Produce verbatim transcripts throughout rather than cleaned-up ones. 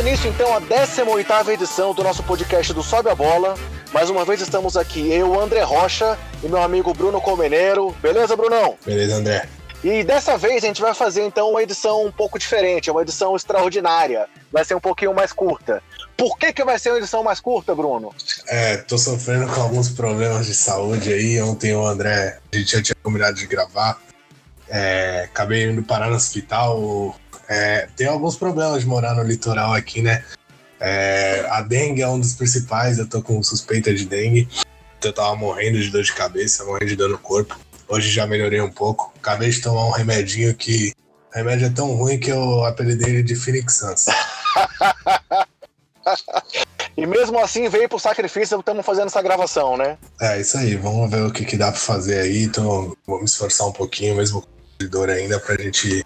início, então, a décima oitava edição do nosso podcast do Sobe a Bola. Mais uma vez estamos aqui, eu, André Rocha, e meu amigo Bruno Colmeneiro. Beleza, Brunão? Beleza, André. E dessa vez a gente vai fazer, então, uma edição um pouco diferente, uma edição extraordinária. Vai ser um pouquinho mais curta. Por que que vai ser uma edição mais curta, Bruno? É, tô sofrendo com alguns problemas de saúde aí. Ontem o André, a gente já tinha combinado de gravar. É, acabei indo parar no hospital. É, tem alguns problemas de morar no litoral aqui, né? É, a dengue é um dos principais. Eu tô com suspeita de dengue. Eu tava morrendo de dor de cabeça, morrendo de dor no corpo. Hoje já melhorei um pouco. Acabei de tomar um remedinho que... O remédio é tão ruim que eu apelidei ele de Phoenix Suns. E mesmo assim veio pro sacrifício, estamos fazendo essa gravação, né? É, isso aí. Vamos ver o que, que dá pra fazer aí. Então, vou me esforçar um pouquinho, mesmo com dor ainda, pra gente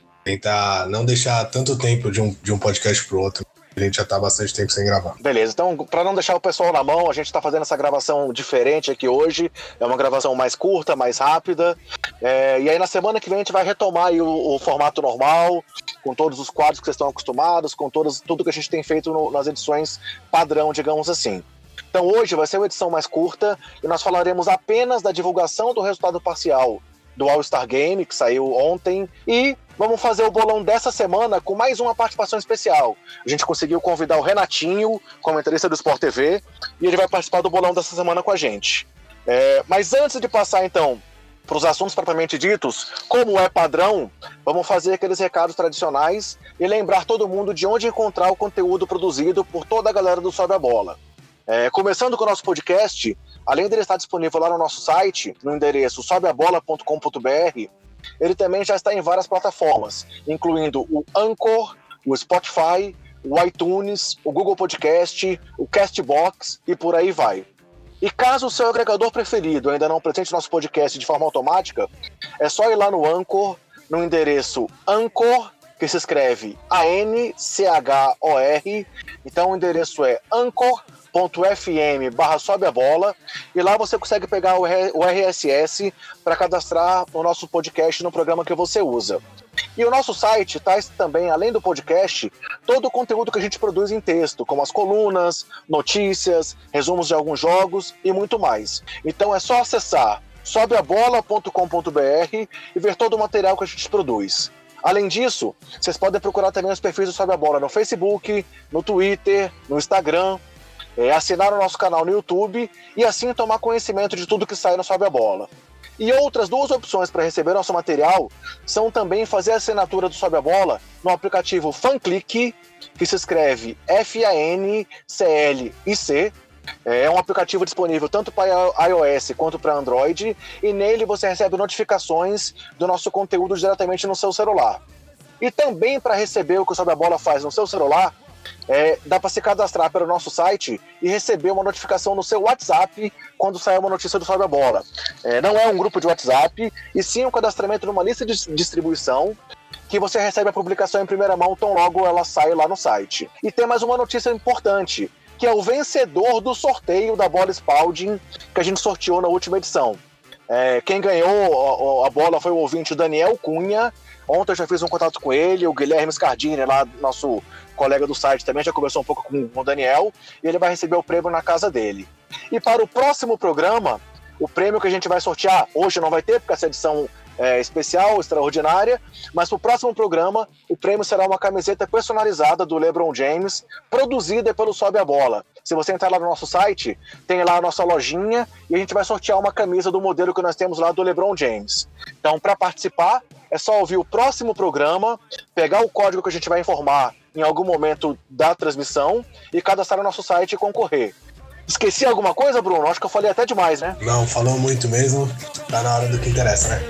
tentar não deixar tanto tempo de um, de um podcast pro outro. A gente já tá há bastante tempo sem gravar. Beleza, então, para não deixar o pessoal na mão, a gente tá fazendo essa gravação diferente aqui hoje. É uma gravação mais curta, mais rápida. É, e aí na semana que vem a gente vai retomar aí o, o formato normal, com todos os quadros que vocês estão acostumados, com todos, tudo que a gente tem feito no, nas edições padrão, digamos assim. Então hoje vai ser uma edição mais curta e nós falaremos apenas da divulgação do resultado parcial do All-Star Game, que saiu ontem, e vamos fazer o bolão dessa semana com mais uma participação especial. A gente conseguiu convidar o Renatinho, comentarista do Sport T V, e ele vai participar do bolão dessa semana com a gente. É, mas antes de passar, então, para os assuntos propriamente ditos, como é padrão, vamos fazer aqueles recados tradicionais e lembrar todo mundo de onde encontrar o conteúdo produzido por toda a galera do Sobe a Bola. É, começando com o nosso podcast, além dele estar disponível lá no nosso site, no endereço sobe a bola ponto com ponto b r, ele também já está em várias plataformas, incluindo o Anchor, o Spotify, o iTunes, o Google Podcast, o Castbox e por aí vai. E caso o seu agregador preferido ainda não apresente nosso podcast de forma automática, é só ir lá no Anchor, no endereço Anchor, que se escreve A N C H O R, então o endereço é Anchor ponto f m barra sobe a bola, e lá você consegue pegar o R S S para cadastrar o nosso podcast no programa que você usa. E o nosso site traz também, além do podcast, todo o conteúdo que a gente produz em texto, como as colunas, notícias, resumos de alguns jogos e muito mais. Então é só acessar sobe a bola ponto com ponto b r e ver todo o material que a gente produz. Além disso, vocês podem procurar também os perfis do Sobe a Bola no Facebook, no Twitter, no Instagram, É, assinar o nosso canal no YouTube e assim tomar conhecimento de tudo que sai no Sobe a Bola. E outras duas opções para receber nosso material são também fazer a assinatura do Sobe a Bola no aplicativo FanClick, que se escreve F A N C L I C. É um aplicativo disponível tanto para iOS quanto para Android, e nele você recebe notificações do nosso conteúdo diretamente no seu celular. E também para receber o que o Sobe a Bola faz no seu celular, É, dá para se cadastrar pelo nosso site e receber uma notificação no seu WhatsApp quando sair uma notícia do Sobe a Bola. É, não é um grupo de WhatsApp, e sim um cadastramento numa lista de distribuição que você recebe a publicação em primeira mão tão logo ela sai lá no site. E tem mais uma notícia importante, que é o vencedor do sorteio da bola Spalding que a gente sorteou na última edição. É, quem ganhou a, a bola foi o ouvinte Daniel Cunha. Ontem eu já fiz um contato com ele, o Guilherme Scardini, lá, nosso colega do site, também já conversou um pouco com o Daniel, e ele vai receber o prêmio na casa dele. E para o próximo programa, o prêmio que a gente vai sortear, hoje não vai ter, porque essa edição é especial, extraordinária, mas para o próximo programa, o prêmio será uma camiseta personalizada do LeBron James, produzida pelo Sobe a Bola. Se você entrar lá no nosso site, tem lá a nossa lojinha, e a gente vai sortear uma camisa do modelo que nós temos lá do LeBron James. Então, para participar, é só ouvir o próximo programa, pegar o código que a gente vai informar em algum momento da transmissão e cadastrar no nosso site e concorrer. Esqueci alguma coisa, Bruno? Acho que eu falei até demais, né? Não, falou muito mesmo. Tá na hora do que interessa, né?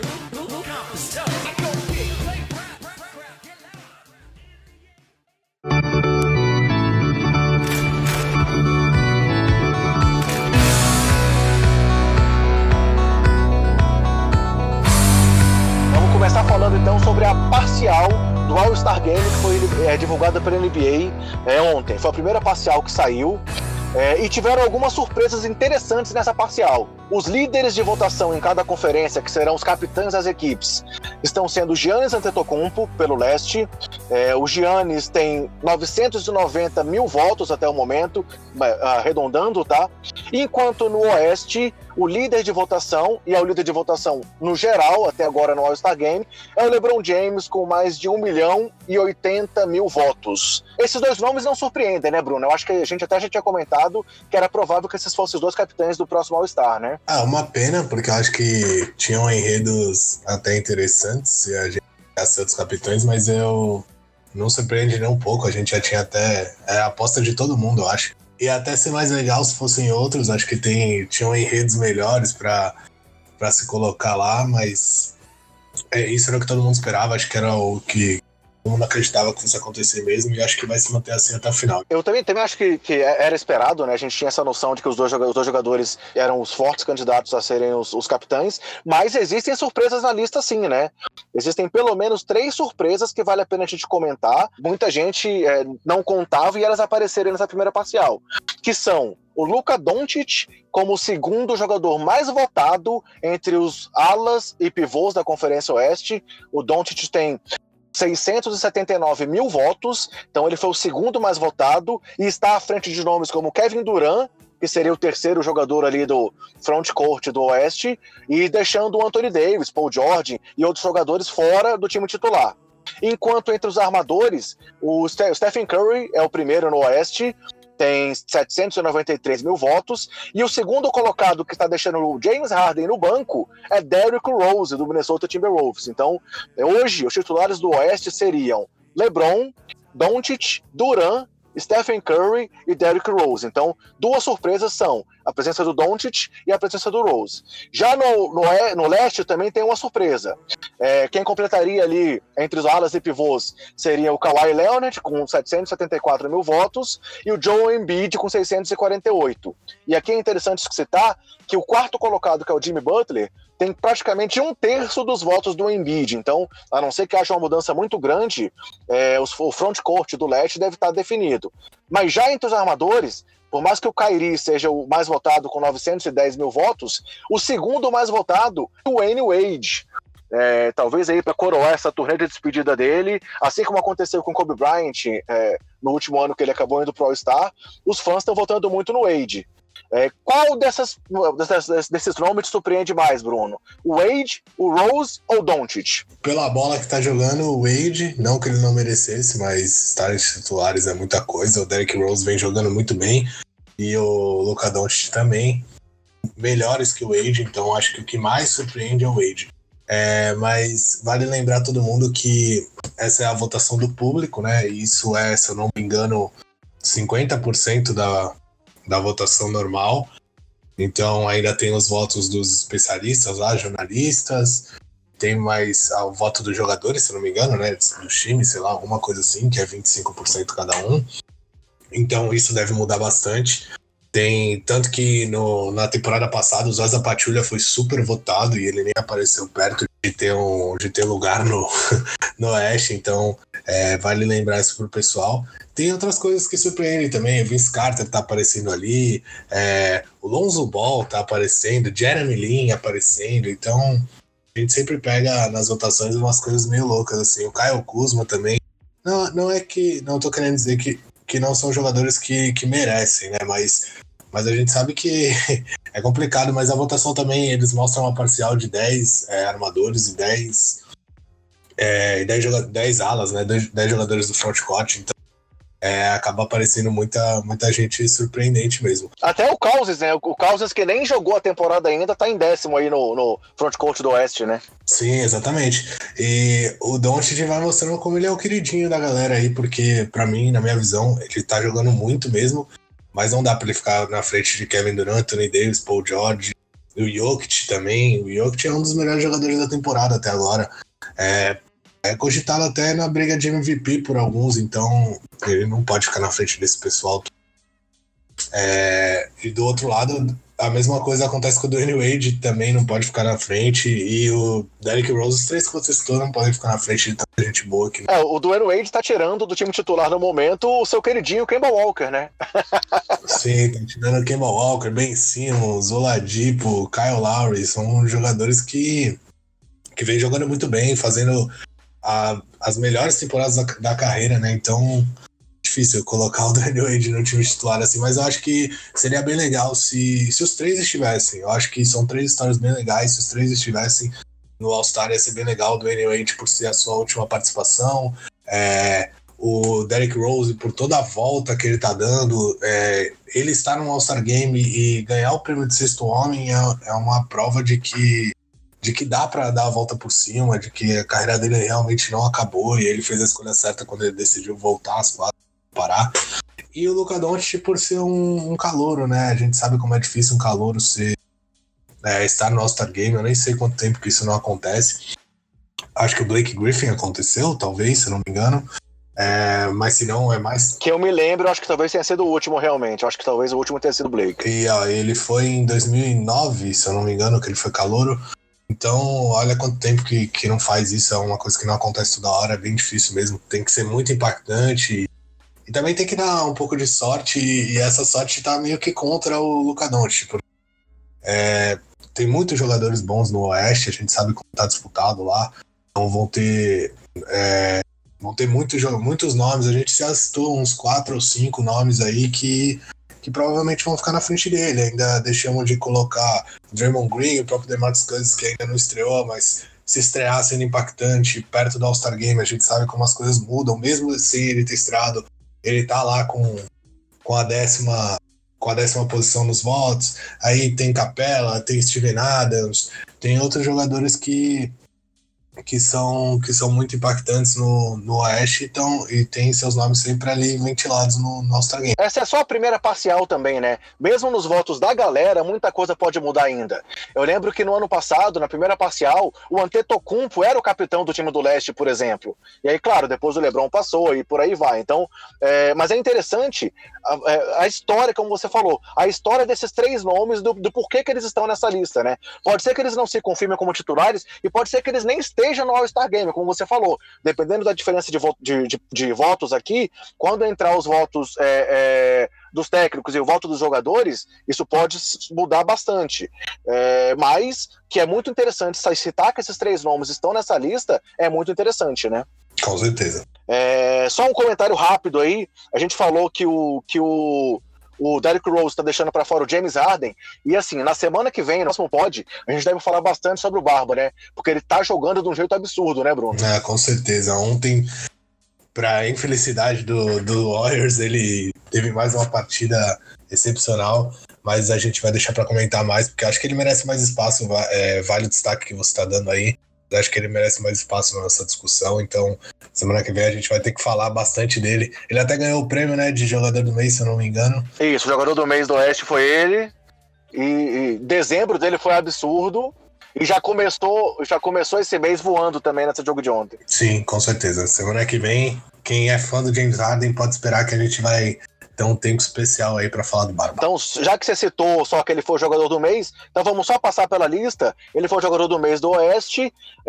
Vamos começar falando então sobre a parcial do All-Star Game, que foi é, divulgada pela N B A é, ontem. Foi a primeira parcial que saiu, é, e tiveram algumas surpresas interessantes nessa parcial. Os líderes de votação em cada conferência, que serão os capitães das equipes, estão sendo o Giannis Antetokounmpo, pelo leste. É, o Giannis tem novecentos e noventa mil votos até o momento, arredondando, tá? Enquanto no oeste, o líder de votação, e é o líder de votação no geral, até agora no All-Star Game, é o LeBron James, com mais de um milhão e oitenta mil votos. Esses dois nomes não surpreendem, né, Bruno? Eu acho que a gente até já tinha comentado que era provável que esses fossem os dois capitães do próximo All-Star, né? Ah, uma pena, porque eu acho que tinham enredos até interessantes se a gente tivesse outros capitães, mas eu não surpreende nem um pouco. A gente já tinha até é, a aposta de todo mundo, eu acho. E até ser mais legal se fossem outros, acho que tem, tinham enredos melhores para para se colocar lá, mas é, isso era o que todo mundo esperava, acho que era o que todo mundo acreditava que fosse acontecer mesmo, e acho que vai se manter assim até o final. Eu também, também acho que, que era esperado, né? A gente tinha essa noção de que os dois, os dois jogadores eram os fortes candidatos a serem os, os capitães, mas existem surpresas na lista sim, né? Existem pelo menos três surpresas que vale a pena a gente comentar. Muita gente é, não contava e elas apareceram nessa primeira parcial, que são o Luka Doncic como o segundo jogador mais votado entre os alas e pivôs da Conferência Oeste. O Doncic tem seiscentos e setenta e nove mil votos, então ele foi o segundo mais votado e está à frente de nomes como Kevin Durant, que seria o terceiro jogador ali do frontcourt do Oeste, e deixando o Anthony Davis, Paul George e outros jogadores fora do time titular. Enquanto entre os armadores, o Stephen Curry é o primeiro no Oeste, tem setecentos e noventa e três mil votos, e o segundo colocado que está deixando o James Harden no banco é Derrick Rose, do Minnesota Timberwolves. Então, hoje, os titulares do Oeste seriam LeBron, Doncic, Durant, Stephen Curry e Derrick Rose. Então, duas surpresas são a presença do Doncic e a presença do Rose. Já no, no, no leste também tem uma surpresa. É, quem completaria ali entre os alas e pivôs seria o Kawhi Leonard, com setecentos e setenta e quatro mil votos, e o Joel Embiid, com seiscentos e quarenta e oito. E aqui é interessante citar que o quarto colocado, que é o Jimmy Butler, tem praticamente um terço dos votos do Embiid. Então, a não ser que haja uma mudança muito grande, é, os, o frontcourt do leste deve estar definido. Mas já entre os armadores, por mais que o Kyrie seja o mais votado com novecentos e dez mil votos, o segundo mais votado é o Dwyane Wade. É, talvez aí para coroar essa turnê de despedida dele, assim como aconteceu com Kobe Bryant é, no último ano que ele acabou indo pro All-Star, os fãs estão votando muito no Wade. É, qual dessas, dessas, desses nomes te surpreende mais, Bruno? O Wade, o Rose ou o Doncic? Pela bola que tá jogando, o Wade, não que ele não merecesse, mas estar em titulares é muita coisa. O Derrick Rose vem jogando muito bem e o Luka Doncic também, melhores que o Wade, então acho que o que mais surpreende é o Wade. É, mas vale lembrar todo mundo que essa é a votação do público, né? E isso é, se eu não me engano, cinquenta por cento da da votação normal, então ainda tem os votos dos especialistas lá, jornalistas, tem mais ah, o voto dos jogadores, se não me engano, né, do time, sei lá, alguma coisa assim, que é vinte e cinco por cento cada um, então isso deve mudar bastante. Tem, tanto que no, na temporada passada o Zaza Pachulia foi super votado e ele nem apareceu perto de ter, um, de ter lugar no, no Oeste, então é, vale lembrar isso pro pessoal. Tem outras coisas que surpreendem também, o Vince Carter tá aparecendo ali, é, o Lonzo Ball tá aparecendo, Jeremy Lin aparecendo, então a gente sempre pega nas votações umas coisas meio loucas, assim, o Kyle Kuzma também. Não, não é que, não tô querendo dizer que, que não são jogadores que, que merecem, né, mas... Mas a gente sabe que é complicado, mas a votação também, eles mostram uma parcial de dez é, armadores e dez, é, dez, dez alas, né? dez jogadores do frontcourt, então é, acaba aparecendo muita, muita gente surpreendente mesmo. Até o Cousins, né? O Cousins que nem jogou a temporada ainda, tá em décimo aí no, no frontcourt do Oeste, né? Sim, exatamente. E o Doncic vai mostrando como ele é o queridinho da galera aí, porque pra mim, na minha visão, ele tá jogando muito mesmo. Mas não dá para ele ficar na frente de Kevin Durant, Anthony Davis, Paul George, o Jokic também. O Jokic é um dos melhores jogadores da temporada até agora. É, é cogitado até na briga de M V P por alguns, então ele não pode ficar na frente desse pessoal. É, e do outro lado, a mesma coisa acontece com o Dwyane Wade, também não pode ficar na frente. E o Derrick Rose, os três que você citou, não podem ficar na frente de tanta gente gente boa aqui. É, o Dwayne Wade tá tirando do time titular no momento o seu queridinho Kemba Walker, né? Sim, tá tirando o Kemba Walker, Ben Simmons, Oladipo, Kyle Lowry, são jogadores que, que vem jogando muito bem, fazendo a, as melhores temporadas da, da carreira, né? Então, difícil colocar o Dwayne Wade no time titular assim, mas eu acho que seria bem legal se, se os três estivessem. Eu acho que são três histórias bem legais, se os três estivessem no All-Star ia ser bem legal. O Dwayne Wade por ser a sua última participação, é, o Derrick Rose por toda a volta que ele tá dando, é, ele estar no All-Star Game e ganhar o prêmio de sexto homem é, é uma prova de que de que dá pra dar a volta por cima, de que a carreira dele realmente não acabou e ele fez a escolha certa quando ele decidiu voltar às quatro, parar. E o Luka Doncic por ser um, um calouro, né? A gente sabe como é difícil um calouro ser, é, estar no All-Star Game. Eu nem sei quanto tempo que isso não acontece. Acho que o Blake Griffin aconteceu, talvez, se não me engano. É, mas se não, é mais... Que eu me lembro, acho que talvez tenha sido o último, realmente. Eu acho que talvez o último tenha sido o Blake. E ó, ele foi em dois mil e nove, se eu não me engano, que ele foi calouro. Então, olha quanto tempo que, que não faz isso. É uma coisa que não acontece toda hora, é bem difícil mesmo. Tem que ser muito impactante. E também tem que dar um pouco de sorte, e essa sorte tá meio que contra o Luka Doncic. É, tem muitos jogadores bons no Oeste, a gente sabe como tá disputado lá. Então vão ter, é, vão ter muitos, muitos nomes. A gente já citou uns quatro ou cinco nomes aí que, que provavelmente vão ficar na frente dele. Ainda deixamos de colocar Draymond Green, o próprio DeMarcus Cousins, que ainda não estreou, mas se estrear sendo impactante perto do All-Star Game, a gente sabe como as coisas mudam, mesmo sem ele ter estreado. Ele tá lá com, com, a décima, com a décima posição nos votos. Aí tem Capela, tem Steven Adams, tem outros jogadores que, que, são, que são muito impactantes no, no Oeste então, e tem seus nomes sempre ali ventilados no, no All-Star Game. Essa é só a primeira parcial também, né? Mesmo nos votos da galera, muita coisa pode mudar ainda. Eu lembro que no ano passado, na primeira parcial, o Antetokounmpo era o capitão do time do Leste, por exemplo. E aí, claro, depois o LeBron passou e por aí vai. Então, é, mas é interessante a, a história, como você falou, a história desses três nomes, do, do porquê que eles estão nessa lista, né? Pode ser que eles não se confirmem como titulares e pode ser que eles nem estejam no All-Star Game, como você falou. Dependendo da diferença de, vo- de, de, de votos aqui, quando entrar os votos é, é, dos técnicos e o voto dos jogadores, isso pode mudar bastante. É, mas que é muito interessante citar que esses três nomes estão nessa lista, é muito interessante, né? Com certeza. É, só um comentário rápido aí. A gente falou que o, que o, o Derrick Rose está deixando para fora o James Harden. E assim, na semana que vem, no próximo pod, a gente deve falar bastante sobre o Barba, né? Porque ele tá jogando de um jeito absurdo, né, Bruno? É, com certeza. Ontem, para infelicidade do, do Warriors, ele teve mais uma partida excepcional, mas a gente vai deixar para comentar mais, porque acho que ele merece mais espaço. É, vale o destaque que você está dando aí. Acho que ele merece mais espaço nessa discussão, então semana que vem a gente vai ter que falar bastante dele. Ele até ganhou o prêmio, né, de jogador do mês, se eu não me engano. Isso, o jogador do mês do Oeste foi ele, e, e dezembro dele foi absurdo, e já começou, já começou esse mês voando também nesse jogo de ontem. Sim, com certeza. Semana que vem, quem é fã do James Harden pode esperar que a gente vai ter um tempo especial aí pra falar do Barba. Então, já que você citou só que ele foi o jogador do mês, então vamos só passar pela lista. Ele foi o jogador do mês do Oeste.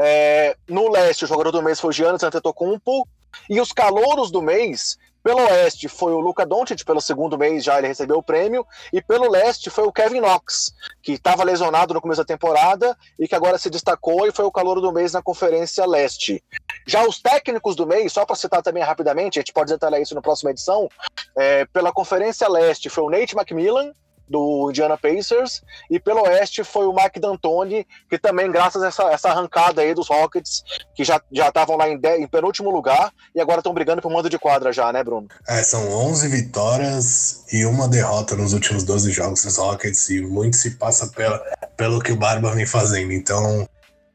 É, no Leste, o jogador do mês foi o Giannis Antetokounmpo. E os calouros do mês, pelo Oeste, foi o Luka Doncic, pelo segundo mês já ele recebeu o prêmio. E pelo Leste foi o Kevin Knox, que estava lesionado no começo da temporada e que agora se destacou e foi o calouro do mês na Conferência Leste. Já os técnicos do mês, só para citar também rapidamente, a gente pode detalhar isso na próxima edição, é, pela Conferência Leste foi o Nate McMillan, do Indiana Pacers, e pelo Oeste foi o Mike D'Antoni, que também, graças a essa, essa arrancada aí dos Rockets, que já estavam lá em, de, em penúltimo lugar, e agora estão brigando por mando de quadra já, né, Bruno? É, são onze vitórias e uma derrota nos últimos doze jogos dos Rockets, e muito se passa pela, pelo que o Barba vem fazendo, então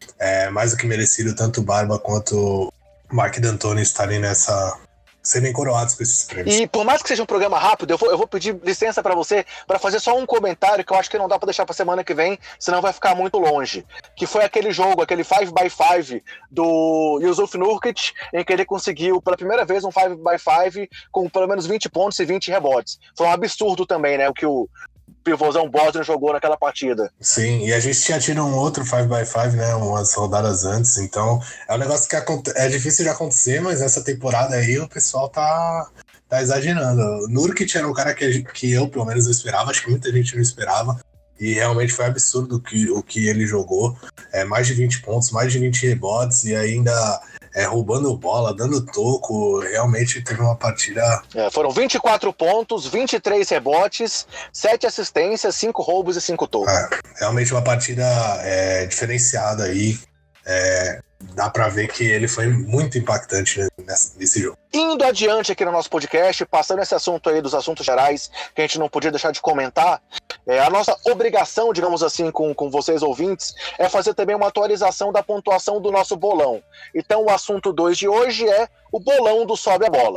é mais do que merecido tanto o Barba quanto o Mike D'Antoni estarem nessa... serem coroados com esses prêmios. E por mais que seja um programa rápido, eu vou, eu vou pedir licença para você para fazer só um comentário que eu acho que não dá para deixar para semana que vem, senão vai ficar muito longe. Que foi aquele jogo, aquele cinco by cinco do Yusuf Nurkic, em que ele conseguiu pela primeira vez um cinco by cinco com pelo menos vinte pontos e vinte rebotes. Foi um absurdo também, né? O que o pivôzão Boston jogou naquela partida. Sim, e a gente tinha tido um outro cinco por cinco, né, umas rodadas antes, então é um negócio que é difícil de acontecer, mas essa temporada aí o pessoal tá, tá exagerando. O Nurkic era um cara que, que eu, pelo menos, não esperava, acho que muita gente não esperava, e realmente foi absurdo o que, o que ele jogou. É, mais de vinte pontos, mais de vinte rebotes, e ainda é, roubando bola, dando toco. Realmente teve uma partida... É, foram vinte e quatro pontos, vinte e três rebotes, sete assistências, cinco roubos e cinco tocos. É, realmente uma partida é, diferenciada aí. É, dá pra ver que ele foi muito impactante nesse, nesse jogo. Indo adiante aqui no nosso podcast, passando esse assunto aí dos assuntos gerais, que a gente não podia deixar de comentar, é, a nossa obrigação, digamos assim, com, com vocês ouvintes, é fazer também uma atualização da pontuação do nosso bolão. Então o assunto dois de hoje é o bolão do Sobe a Bola.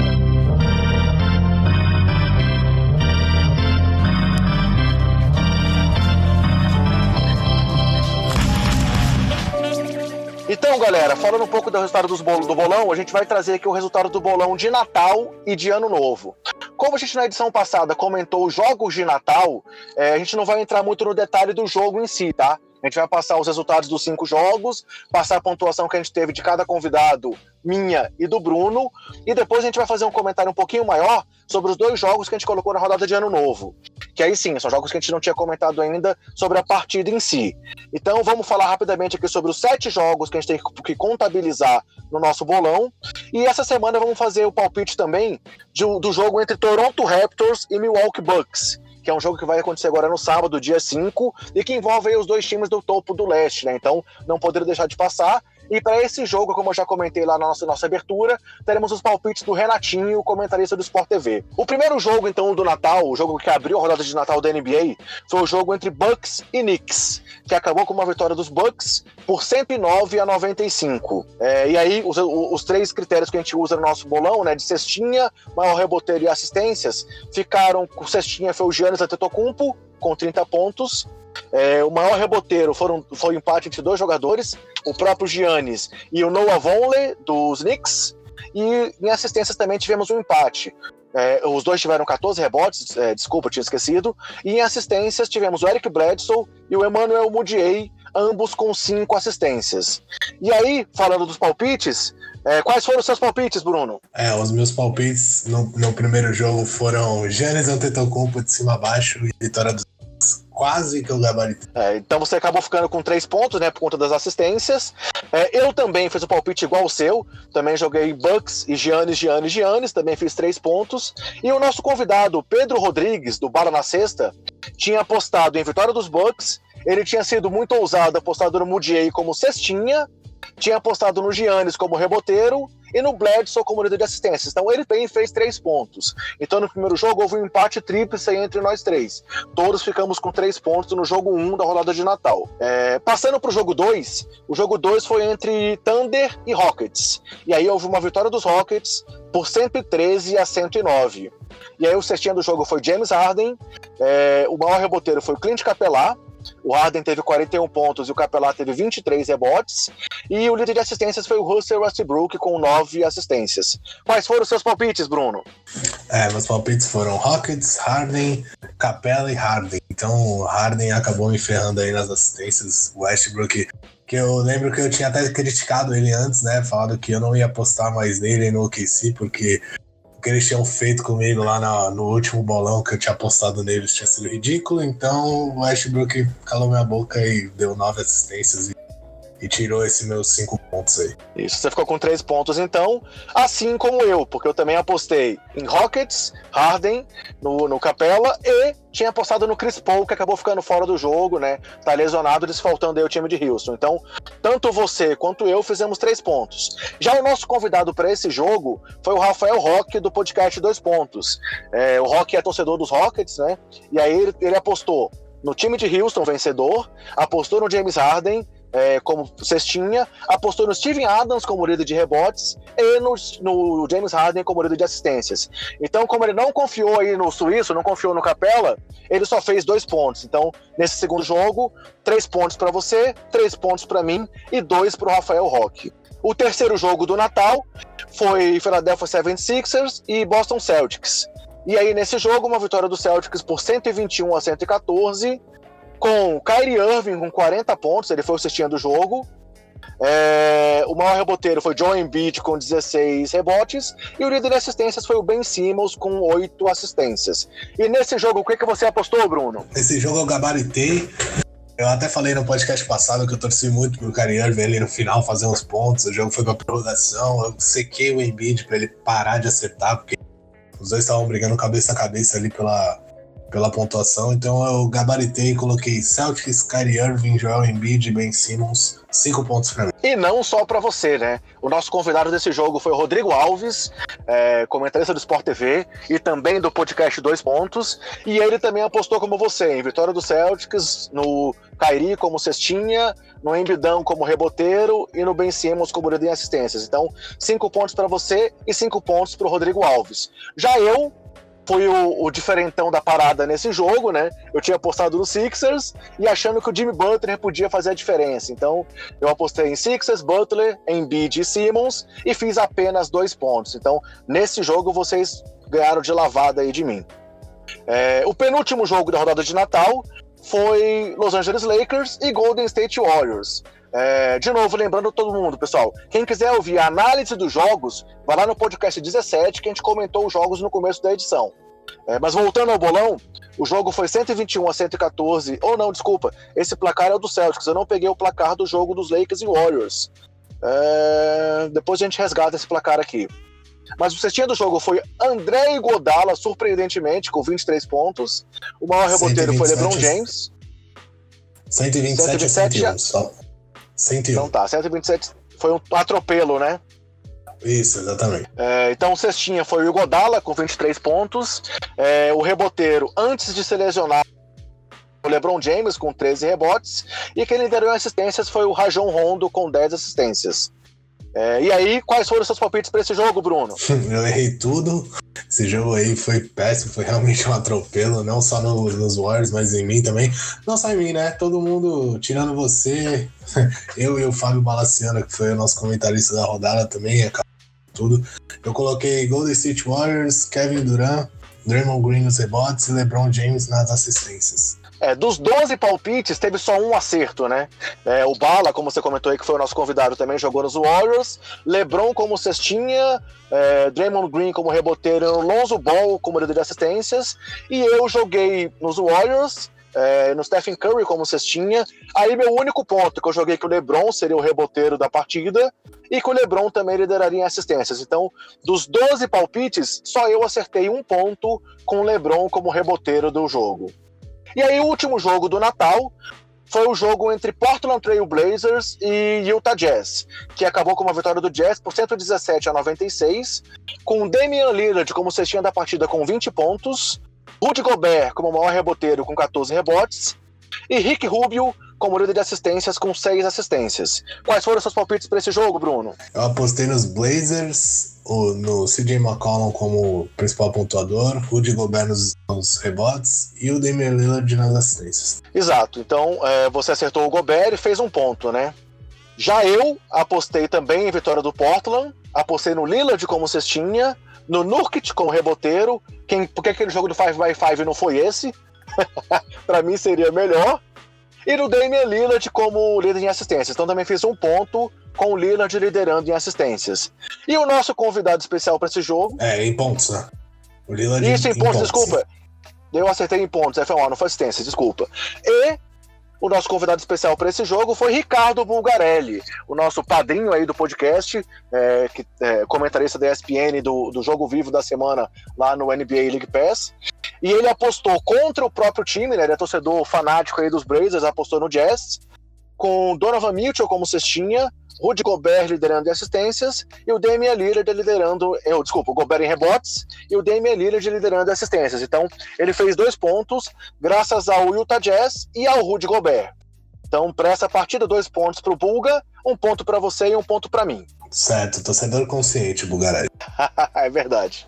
Então, galera, falando um pouco do resultado dos bol- do bolão, a gente vai trazer aqui o resultado do bolão de Natal e de Ano Novo. Como a gente na edição passada comentou os jogos de Natal, é, a gente não vai entrar muito no detalhe do jogo em si, tá? A gente vai passar os resultados dos cinco jogos, passar a pontuação que a gente teve de cada convidado, minha e do Bruno, e depois a gente vai fazer um comentário um pouquinho maior sobre os dois jogos que a gente colocou na rodada de Ano Novo. Que aí sim, são jogos que a gente não tinha comentado ainda sobre a partida em si. Então vamos falar rapidamente aqui sobre os sete jogos que a gente tem que contabilizar no nosso bolão. E essa semana vamos fazer o palpite também de, do jogo entre Toronto Raptors e Milwaukee Bucks, que é um jogo que vai acontecer agora no sábado, dia cinco, e que envolve aí os dois times do topo do leste, né? Então não poderia deixar de passar. E para esse jogo, como eu já comentei lá na nossa, nossa abertura, teremos os palpites do Renatinho, comentarista do Sport T V. O primeiro jogo, então, do Natal, o jogo que abriu a rodada de Natal da N B A, foi o jogo entre Bucks e Knicks, que acabou com uma vitória dos Bucks por cento e nove a noventa e cinco. É, e aí, os, os três critérios que a gente usa no nosso bolão, né, de cestinha, maior reboteiro e assistências, ficaram, com cestinha foi o Giannis Antetokounmpo, com trinta pontos. É, o maior reboteiro foram, foi o empate entre dois jogadores, o próprio Giannis e o Noah Vonleh, dos Knicks. E em assistências também tivemos um empate. É, os dois tiveram catorze rebotes, é, desculpa, tinha esquecido. E em assistências tivemos o Eric Bledsoe e o Emmanuel Mudiay, ambos com cinco assistências. E aí, falando dos palpites, é, quais foram os seus palpites, Bruno? É, os meus palpites no, no primeiro jogo foram Giannis Antetokounmpo de cima a baixo e vitória dos quase que eu gabarito. É, então você acabou ficando com três pontos, né, por conta das assistências. É, eu também fiz o palpite igual ao seu, também joguei Bucks e Giannis, Giannis, Giannis, também fiz três pontos. E o nosso convidado, Pedro Rodrigues, do Bala na Sexta, tinha apostado em vitória dos Bucks, ele tinha sido muito ousado, apostado no Mudiay como cestinha, tinha apostado no Giannis como reboteiro e no Bledsoe como líder de assistências. Então ele também fez três pontos. Então no primeiro jogo houve um empate tríplice entre nós três. Todos ficamos com três pontos no jogo um da rodada de Natal. É, passando para o jogo dois, o jogo dois foi entre Thunder e Rockets. E aí houve uma vitória dos Rockets por cento e treze a cento e nove. E aí o cestinha do jogo foi James Harden, é, o maior reboteiro foi o Clint Capela. O Harden teve quarenta e um pontos e o Capela teve vinte e três rebotes. E o líder de assistências foi o Russell Westbrook com nove assistências. Quais foram os seus palpites, Bruno? É, meus palpites foram Rockets, Harden, Capela e Harden. Então o Harden acabou me ferrando aí nas assistências. O Westbrook, que eu lembro que eu tinha até criticado ele antes, né? Falado que eu não ia apostar mais nele no O K C, porque o que eles tinham feito comigo lá na, no último bolão que eu tinha apostado neles tinha sido ridículo. Então o Westbrook calou minha boca e deu nove assistências e, e tirou esses meus cinco pontos aí. Isso, você ficou com três pontos então, assim como eu, porque eu também apostei em Rockets, Harden, no, no Capela e tinha apostado no Chris Paul, que acabou ficando fora do jogo, né? Tá lesionado, desfaltando aí o time de Houston. Então, tanto você quanto eu fizemos três pontos. Já o nosso convidado para esse jogo foi o Rafael Roque, do podcast Dois Pontos. É, o Roque é torcedor dos Rockets, né? E aí ele, ele apostou no time de Houston vencedor, apostou no James Harden, É, como cestinha, apostou no Steven Adams como líder de rebotes e no, no James Harden como líder de assistências. Então, como ele não confiou aí no suíço, não confiou no Capela, ele só fez dois pontos. Então, nesse segundo jogo, três pontos para você, três pontos para mim e dois para o Rafael Roque. O terceiro jogo do Natal foi Philadelphia setenta e seis ers e Boston Celtics. E aí, nesse jogo, uma vitória do Celtics por cento e vinte e um a cento e quatorze, com Kyrie Irving com quarenta pontos, ele foi o cestinha do jogo. É, o maior reboteiro foi Joel Embiid com dezesseis rebotes, e o líder de assistências foi o Ben Simmons com oito assistências. E nesse jogo, o que, que você apostou, Bruno? Nesse jogo eu gabaritei. Eu até falei no podcast passado que eu torci muito pro Kyrie Irving ali no final fazer uns pontos. O jogo foi pra prorrogação. Eu sequei o Embiid pra ele parar de acertar, porque os dois estavam brigando cabeça a cabeça ali pela, pela pontuação. Então eu gabaritei e coloquei Celtics, Kyrie Irving, Joel Embiid e Ben Simmons. Cinco pontos pra mim. E não só pra você, né? O nosso convidado desse jogo foi o Rodrigo Alves, é, comentarista do Sport T V e também do podcast Dois Pontos. E ele também apostou como você, em vitória do Celtics, no Kyrie como cestinha, no Embidão como reboteiro e no Ben Simmons como líder em assistências. Então, cinco pontos pra você e cinco pontos pro Rodrigo Alves. Já eu fui o, o diferentão da parada nesse jogo, né? Eu tinha apostado no Sixers e achando que o Jimmy Butler podia fazer a diferença. Então, eu apostei em Sixers, Butler, Embiid e Simmons e fiz apenas dois pontos. Então, nesse jogo, vocês ganharam de lavada aí de mim. É, o penúltimo jogo da rodada de Natal foi Los Angeles Lakers e Golden State Warriors. É, de novo, lembrando todo mundo, pessoal, quem quiser ouvir a análise dos jogos, vai lá no podcast dezessete, que a gente comentou os jogos no começo da edição. É, mas voltando ao bolão, o jogo foi cento e vinte e um a cento e quatorze, ou não, desculpa, esse placar é o do Celtics, eu não peguei o placar do jogo dos Lakers e Warriors. É, depois a gente resgata esse placar aqui. Mas o cestinha do jogo foi André Iguodala, surpreendentemente, com vinte e três pontos. O maior reboteiro foi LeBron James. cento e vinte e sete a cento e um, só. cento e um. Então tá, cento e vinte e sete foi um atropelo, né? Isso, exatamente. É, então o cestinha foi o Iguodala com vinte e três pontos. É, o reboteiro, antes de ser lesionado, o LeBron James com treze rebotes. E quem liderou em assistências foi o Rajon Rondo com dez assistências. É, e aí, quais foram os seus palpites para esse jogo, Bruno? Eu errei tudo. Esse jogo aí foi péssimo, foi realmente um atropelo, não só no, nos Warriors, mas em mim também. Não só em mim, né? Todo mundo, tirando você, eu e o Fábio Balaciano, que foi o nosso comentarista da rodada também, acabou tudo. Eu coloquei Golden State Warriors, Kevin Durant, Draymond Green nos rebotes e LeBron James nas assistências. É, dos doze palpites, teve só um acerto, né? É, o Bala, como você comentou aí, que foi o nosso convidado, também jogou nos Warriors. LeBron como cestinha, é, Draymond Green como reboteiro, Lonzo Ball como líder de assistências. E eu joguei nos Warriors, é, no Stephen Curry como cestinha. Aí meu único ponto, que eu joguei que o LeBron seria o reboteiro da partida e que o LeBron também lideraria em assistências. Então, dos doze palpites, só eu acertei um ponto com o LeBron como reboteiro do jogo. E aí o último jogo do Natal foi o jogo entre Portland Trail Blazers e Utah Jazz, que acabou com uma vitória do Jazz por cento e dezessete a noventa e seis, com Damian Lillard como cestinha da partida com vinte pontos, Rudy Gobert como maior reboteiro com catorze rebotes, e Rick Rubio como líder de assistências com seis assistências. Quais foram os seus palpites para esse jogo, Bruno? Eu apostei nos Blazers, no C J McCollum como principal pontuador, Rudy Gobert nos, nos rebotes e o Damian Lillard nas assistências. Exato, então é, você acertou o Gobert e fez um ponto, né? Já eu apostei também em vitória do Portland, apostei no Lillard como cestinha, no Nurkic como reboteiro. Quem, por que aquele jogo do cinco by cinco não foi esse? Para mim seria melhor. E no Damian Lillard como líder em assistências. Então também fiz um ponto com o Lillard liderando em assistências. E o nosso convidado especial para esse jogo... É, em pontos, né? O Lillard Isso, em, em pontos, pontos, desculpa. Sim. Eu acertei em pontos, F um, não foi assistência, desculpa. E o nosso convidado especial para esse jogo foi Ricardo Bulgarelli, o nosso padrinho aí do podcast, é, que, é, comentarista da E S P N do, do Jogo Vivo da semana lá no N B A League Pass. E ele apostou contra o próprio time, né? Ele é torcedor fanático aí dos Blazers, apostou no Jazz, com Donovan Mitchell como cestinha, Rudy Gobert liderando em assistências e o Damian Lillard liderando, eu, desculpa, o Gobert em rebotes e o Damian Lillard liderando em assistências. Então, ele fez dois pontos graças ao Utah Jazz e ao Rudy Gobert. Então, para essa partida, dois pontos para o Bulga, um ponto para você e um ponto para mim. Certo, torcedor consciente, Bulgarelli. É verdade.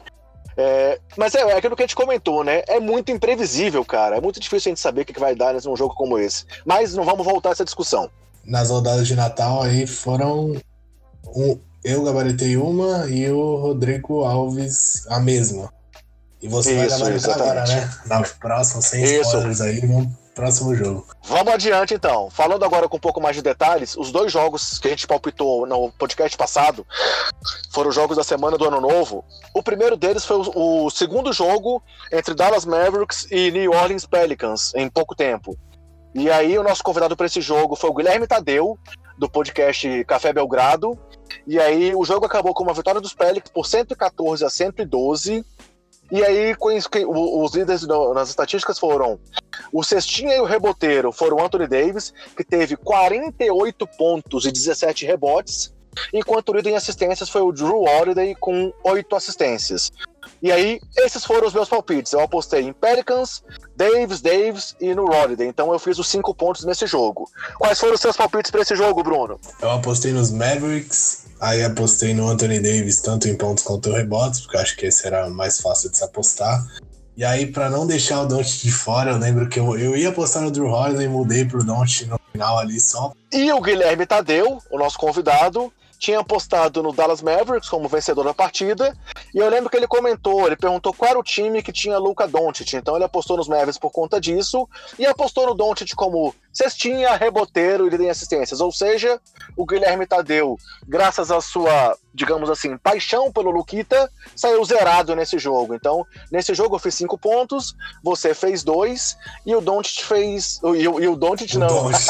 É, mas é, é aquilo que a gente comentou, né? É muito imprevisível, cara. É muito difícil a gente saber o que vai dar num jogo como esse. Mas não vamos voltar a essa discussão. Nas rodadas de Natal aí foram... Um, eu gabaritei uma e o Rodrigo Alves a mesma. E você vai gabaritar agora, né? Na próxima, sem spoilers aí, no próximo jogo. Vamos adiante, então. Falando agora com um pouco mais de detalhes, os dois jogos que a gente palpitou no podcast passado foram os jogos da semana do Ano Novo. O primeiro deles foi o, o segundo jogo entre Dallas Mavericks e New Orleans Pelicans, em pouco tempo. E aí o nosso convidado para esse jogo foi o Guilherme Tadeu, do podcast Café Belgrado. E aí o jogo acabou com uma vitória dos Pelicans por cento e quatorze a cento e doze. E aí os líderes nas estatísticas foram o cestinha e o reboteiro foram o Anthony Davis, que teve quarenta e oito pontos e dezessete rebotes, enquanto o líder em assistências foi o Drew Holiday com oito assistências. E aí, esses foram os meus palpites. Eu apostei em Pelicans, Davis, Davis e no Holiday. Então eu fiz os cinco pontos nesse jogo. Quais foram os seus palpites para esse jogo, Bruno? Eu apostei nos Mavericks, aí apostei no Anthony Davis, tanto em pontos quanto em rebotes, porque eu acho que esse era mais fácil de se apostar. E aí, pra não deixar o Doncic de fora, eu lembro que eu, eu ia apostar no Drew Holiday e mudei pro Doncic no final ali só. E o Guilherme Tadeu, o nosso convidado, tinha apostado no Dallas Mavericks como vencedor da partida, e eu lembro que ele comentou, ele perguntou qual era o time que tinha Luka Doncic, então ele apostou nos Mavericks por conta disso, e apostou no Doncic como cestinha, reboteiro e líder em assistências, ou seja, o Guilherme Tadeu, graças à sua, digamos assim, paixão pelo Luquita, saiu zerado nesse jogo. Então, nesse jogo eu fiz cinco pontos, você fez dois, e o Doncic fez... E o, e o Doncic não... Doncic.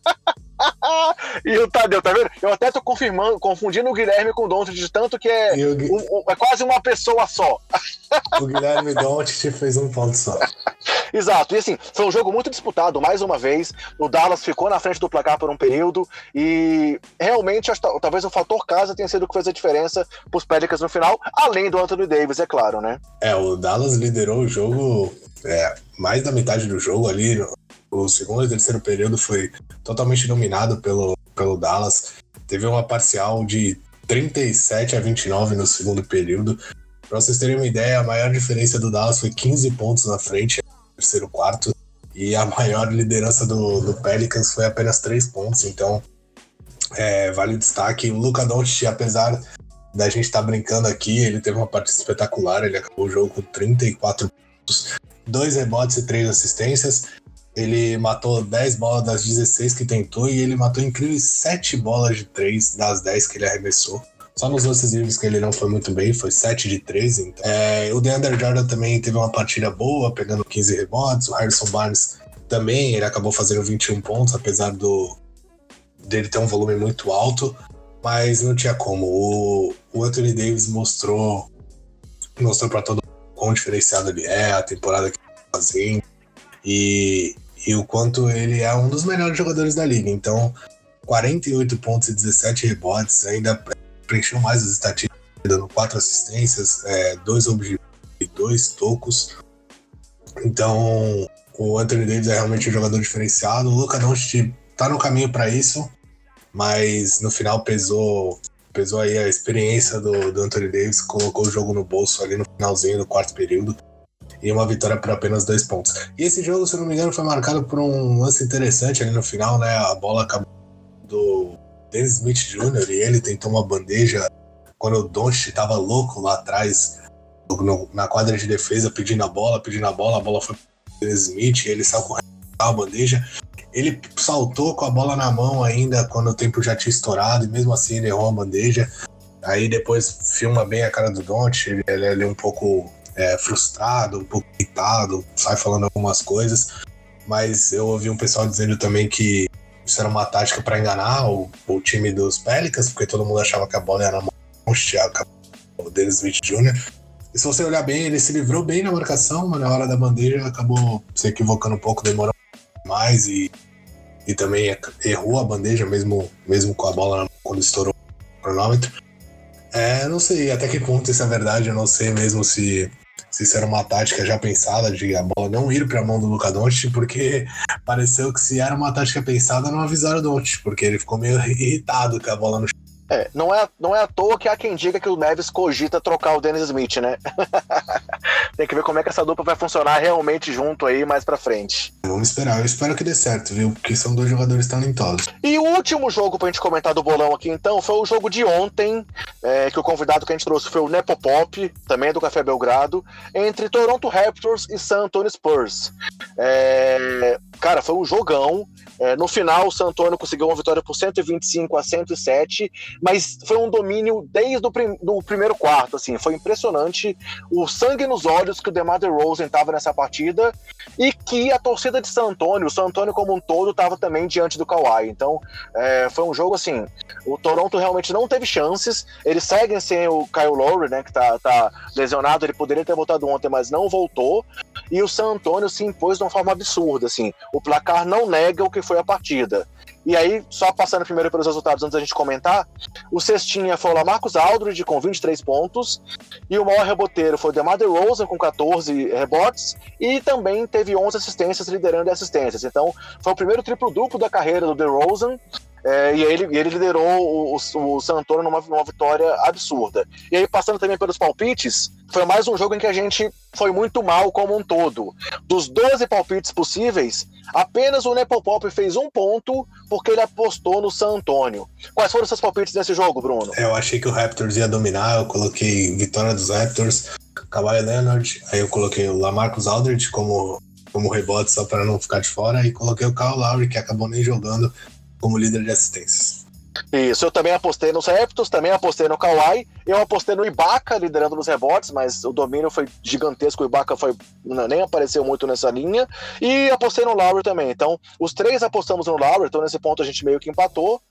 E o Tadeu, tá vendo? Eu até tô confirmando, confundindo o Guilherme com o Doncic, de tanto que é, o, o, é quase uma pessoa só. O Guilherme Doncic fez um ponto só. Exato, e assim, foi um jogo muito disputado, mais uma vez. O Dallas ficou na frente do placar por um período e realmente, acho, talvez o fator casa tenha sido o que fez a diferença pros Pelicans no final, além do Anthony Davis, é claro, né? É, o Dallas liderou o jogo, é, mais da metade do jogo ali. O segundo e terceiro período foi totalmente dominado pelo, pelo Dallas. Teve uma parcial de trinta e sete a vinte e nove no segundo período. Para vocês terem uma ideia, a maior diferença do Dallas foi quinze pontos na frente no terceiro quarto. E a maior liderança do, do Pelicans foi apenas três pontos. Então, é, vale o destaque. O Luka Doncic, apesar da gente estar tá brincando aqui, ele teve uma partida espetacular. Ele acabou o jogo com trinta e quatro pontos, dois rebotes e três assistências. Ele matou dez bolas das dezesseis que tentou e ele matou incríveis sete bolas de três das dez que ele arremessou. Só nos lances livres que ele não foi muito bem, foi sete de treze. Então. É, o DeAndre Jordan também teve uma partida boa, pegando quinze rebotes. O Harrison Barnes também, ele acabou fazendo vinte e um pontos, apesar do, dele ter um volume muito alto. Mas não tinha como. O, o Anthony Davis mostrou, mostrou para todo mundo o quão diferenciado ele é, a temporada que ele está fazendo. E, e o quanto ele é um dos melhores jogadores da liga. Então, quarenta e oito pontos e dezessete rebotes, ainda preencheu mais as estatísticas, dando quatro assistências, é, dois roubos e dois tocos. Então, o Anthony Davis é realmente um jogador diferenciado. O Luka Doncic tá no caminho para isso, mas no final pesou, pesou aí a experiência do, do Anthony Davis, colocou o jogo no bolso ali no finalzinho do quarto período. E uma vitória por apenas dois pontos. E esse jogo, se eu não me engano, foi marcado por um lance interessante ali no final, né? A bola acabou do Dennis Smith Júnior e ele tentou uma bandeja quando o Doncic tava louco lá atrás, no, na quadra de defesa, pedindo a bola, pedindo a bola, a bola foi pro Dennis Smith, ele saiu correndo a bandeja. Ele saltou com a bola na mão ainda quando o tempo já tinha estourado, e mesmo assim ele errou a bandeja. Aí depois filma bem a cara do Doncic, ele, ele é ali um pouco... É, frustrado, um pouco irritado, sai falando algumas coisas, mas eu ouvi um pessoal dizendo também que isso era uma tática para enganar o, o time dos Pelicans, porque todo mundo achava que a bola era na mão do Dennis Smith Júnior E se você olhar bem, ele se livrou bem na marcação, mas na hora da bandeja acabou se equivocando um pouco, demorou mais e, e também errou a bandeja mesmo, mesmo com a bola na mão quando estourou o cronômetro. É, não sei até que ponto isso é verdade, eu não sei mesmo se se isso era uma tática já pensada de a bola não ir para a mão do Luka Doncic, porque pareceu que se era uma tática pensada, não avisaram o Doncic, porque ele ficou meio irritado com a bola no chão. É, não é, não é à toa que há quem diga que o Neves cogita trocar o Dennis Smith, né? Tem que ver como é que essa dupla vai funcionar realmente junto aí mais pra frente. Vamos esperar, eu espero que dê certo, viu? Porque são dois jogadores talentosos. E o último jogo pra gente comentar do bolão aqui, então, foi o jogo de ontem, é, que o convidado que a gente trouxe foi o Nepopop, também do Café Belgrado, entre Toronto Raptors e San Antonio Spurs. É, cara, foi um jogão. É, no final, o San Antonio conseguiu uma vitória por cento e vinte e cinco a cento e sete, mas foi um domínio desde o prim- do primeiro quarto, assim, foi impressionante o sangue nos olhos que o DeMar DeRozan estava nessa partida e que a torcida de San Antonio, o San Antonio como um todo, estava também diante do Kawhi. Então, é, foi um jogo assim, o Toronto realmente não teve chances, eles seguem sem o Kyle Lowry, né, que tá, tá lesionado, ele poderia ter voltado ontem, mas não voltou, e o San Antonio se impôs de uma forma absurda, assim, o placar não nega o que foi a partida. E aí, só passando primeiro pelos resultados antes da gente comentar, o cestinha foi o LaMarcus Aldridge com vinte e três pontos, e o maior reboteiro foi o DeMar DeRozan com catorze rebotes, e também teve onze assistências, liderando assistências. Então, foi o primeiro triplo-duplo da carreira do DeRozan, É, e ele, ele liderou o, o, o San Antonio numa, numa vitória absurda. E aí, passando também pelos palpites, foi mais um jogo em que a gente foi muito mal como um todo. Dos doze palpites possíveis, apenas o Nepopop fez um ponto porque ele apostou no San Antonio. Quais foram os seus palpites nesse jogo, Bruno? É, eu achei que o Raptors ia dominar, eu coloquei vitória dos Raptors, Kawhi Leonard, aí eu coloquei o LaMarcus Aldridge como, como rebote só para não ficar de fora, e coloquei o Kyle Lowry, que acabou nem jogando, como líder de assistências. Isso, eu também apostei nos Raptors, também apostei no Kawhi, eu apostei no Ibaka liderando nos rebotes, mas o domínio foi gigantesco, o Ibaka foi, nem apareceu muito nessa linha, e apostei no Lowry também. Então, os três apostamos no Lowry, então nesse ponto a gente meio que empatou.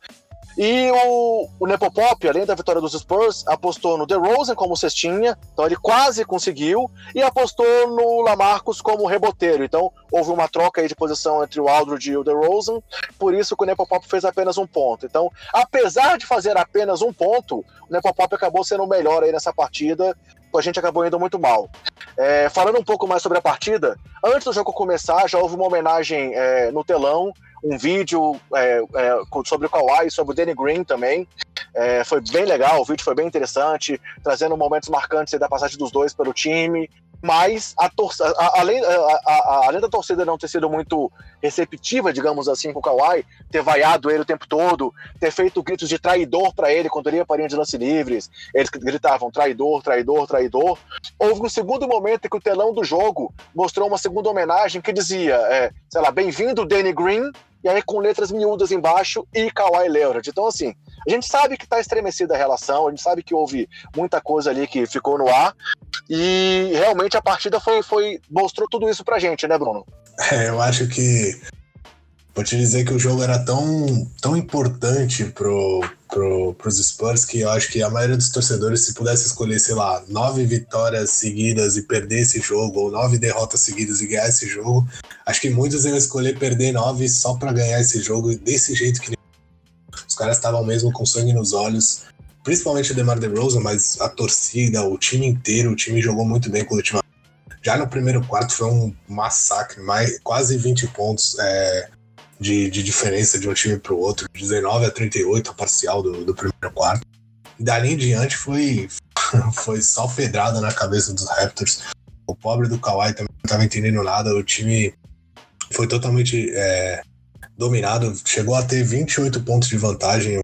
E o, o Nepopop, além da vitória dos Spurs, apostou no DeRozan como cestinha, então ele quase conseguiu, e apostou no LaMarcus como reboteiro. Então houve uma troca aí de posição entre o Aldridge e o DeRozan, por isso que o Nepopop fez apenas um ponto. Então, apesar de fazer apenas um ponto, o Nepopop acabou sendo o melhor aí nessa partida, a gente acabou indo muito mal. É, falando um pouco mais sobre a partida, antes do jogo começar, já houve uma homenagem é, no telão, um vídeo é, é, sobre o Kawhi e sobre o Danny Green também. É, foi bem legal, o vídeo foi bem interessante, trazendo momentos marcantes da passagem dos dois pelo time. Mas, a tor- a, além, a, a, além da torcida não ter sido muito receptiva, digamos assim, com o Kawhi, ter vaiado ele o tempo todo, ter feito gritos de traidor para ele quando ele ia para a linha de lance livres, eles gritavam traidor, traidor, traidor. Houve um segundo momento em que o telão do jogo mostrou uma segunda homenagem que dizia, é, sei lá, bem-vindo Danny Green, e aí com letras miúdas embaixo, e Kawhi Leonard. Então, assim, a gente sabe que está estremecida a relação, a gente sabe que houve muita coisa ali que ficou no ar, e realmente a partida foi, foi, mostrou tudo isso pra gente, né, Bruno? É, eu acho que vou te dizer que o jogo era tão, tão importante pro, pro, pros Spurs que eu acho que a maioria dos torcedores, se pudesse escolher, sei lá, nove vitórias seguidas e perder esse jogo, ou nove derrotas seguidas e ganhar esse jogo, acho que muitos iam escolher perder nove só pra ganhar esse jogo, desse jeito que os caras estavam mesmo com sangue nos olhos, principalmente o DeMar DeRozan, mas a torcida, o time inteiro, o time jogou muito bem coletivamente. Já no primeiro quarto foi um massacre, mais, quase vinte pontos é, de, de diferença de um time para o outro, dezenove a trinta e oito a parcial do, do primeiro quarto. E dali em diante foi, foi só pedrada na cabeça dos Raptors. O pobre do Kawhi também não estava entendendo nada, o time foi totalmente é, dominado, chegou a ter vinte e oito pontos de vantagem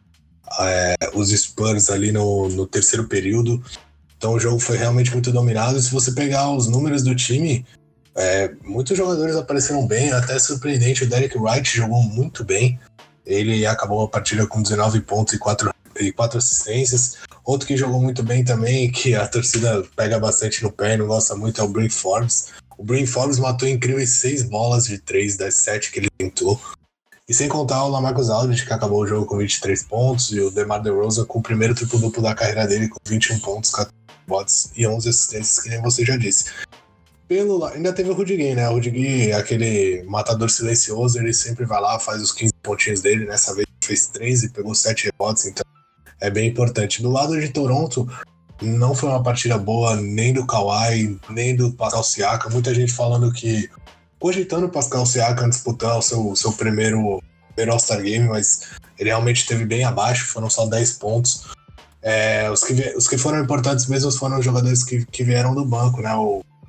é, os Spurs ali no, no terceiro período. Então o jogo foi realmente muito dominado, e se você pegar os números do time, é, muitos jogadores apareceram bem, até surpreendente, o Derek Wright jogou muito bem, ele acabou a partida com dezenove pontos e quatro, e quatro assistências. Outro que jogou muito bem também, que a torcida pega bastante no pé e não gosta muito, é o Bryn Forbes. O Bryn Forbes matou incríveis seis bolas de três das sete que ele tentou. E sem contar o LaMarcus Aldridge, que acabou o jogo com vinte e três pontos, e o DeMar DeRozan com o primeiro triplo-duplo da carreira dele, com vinte e um pontos, quatorze bots e onze assistências, que nem você já disse. Pelo lado, ainda teve o Rudy Gay, né? O Rudy Gay, aquele matador silencioso, ele sempre vai lá, faz os quinze pontinhos dele. Nessa vez fez treze e pegou sete rebotes, então é bem importante. Do lado de Toronto, não foi uma partida boa nem do Kawhi, nem do Pascal Siakam. Muita gente falando que, cogitando o Pascal Siakam disputar o seu, seu primeiro, primeiro All-Star Game, mas ele realmente esteve bem abaixo, foram só dez pontos. É, os, que, os que foram importantes mesmo foram os jogadores que, que vieram do banco, né? O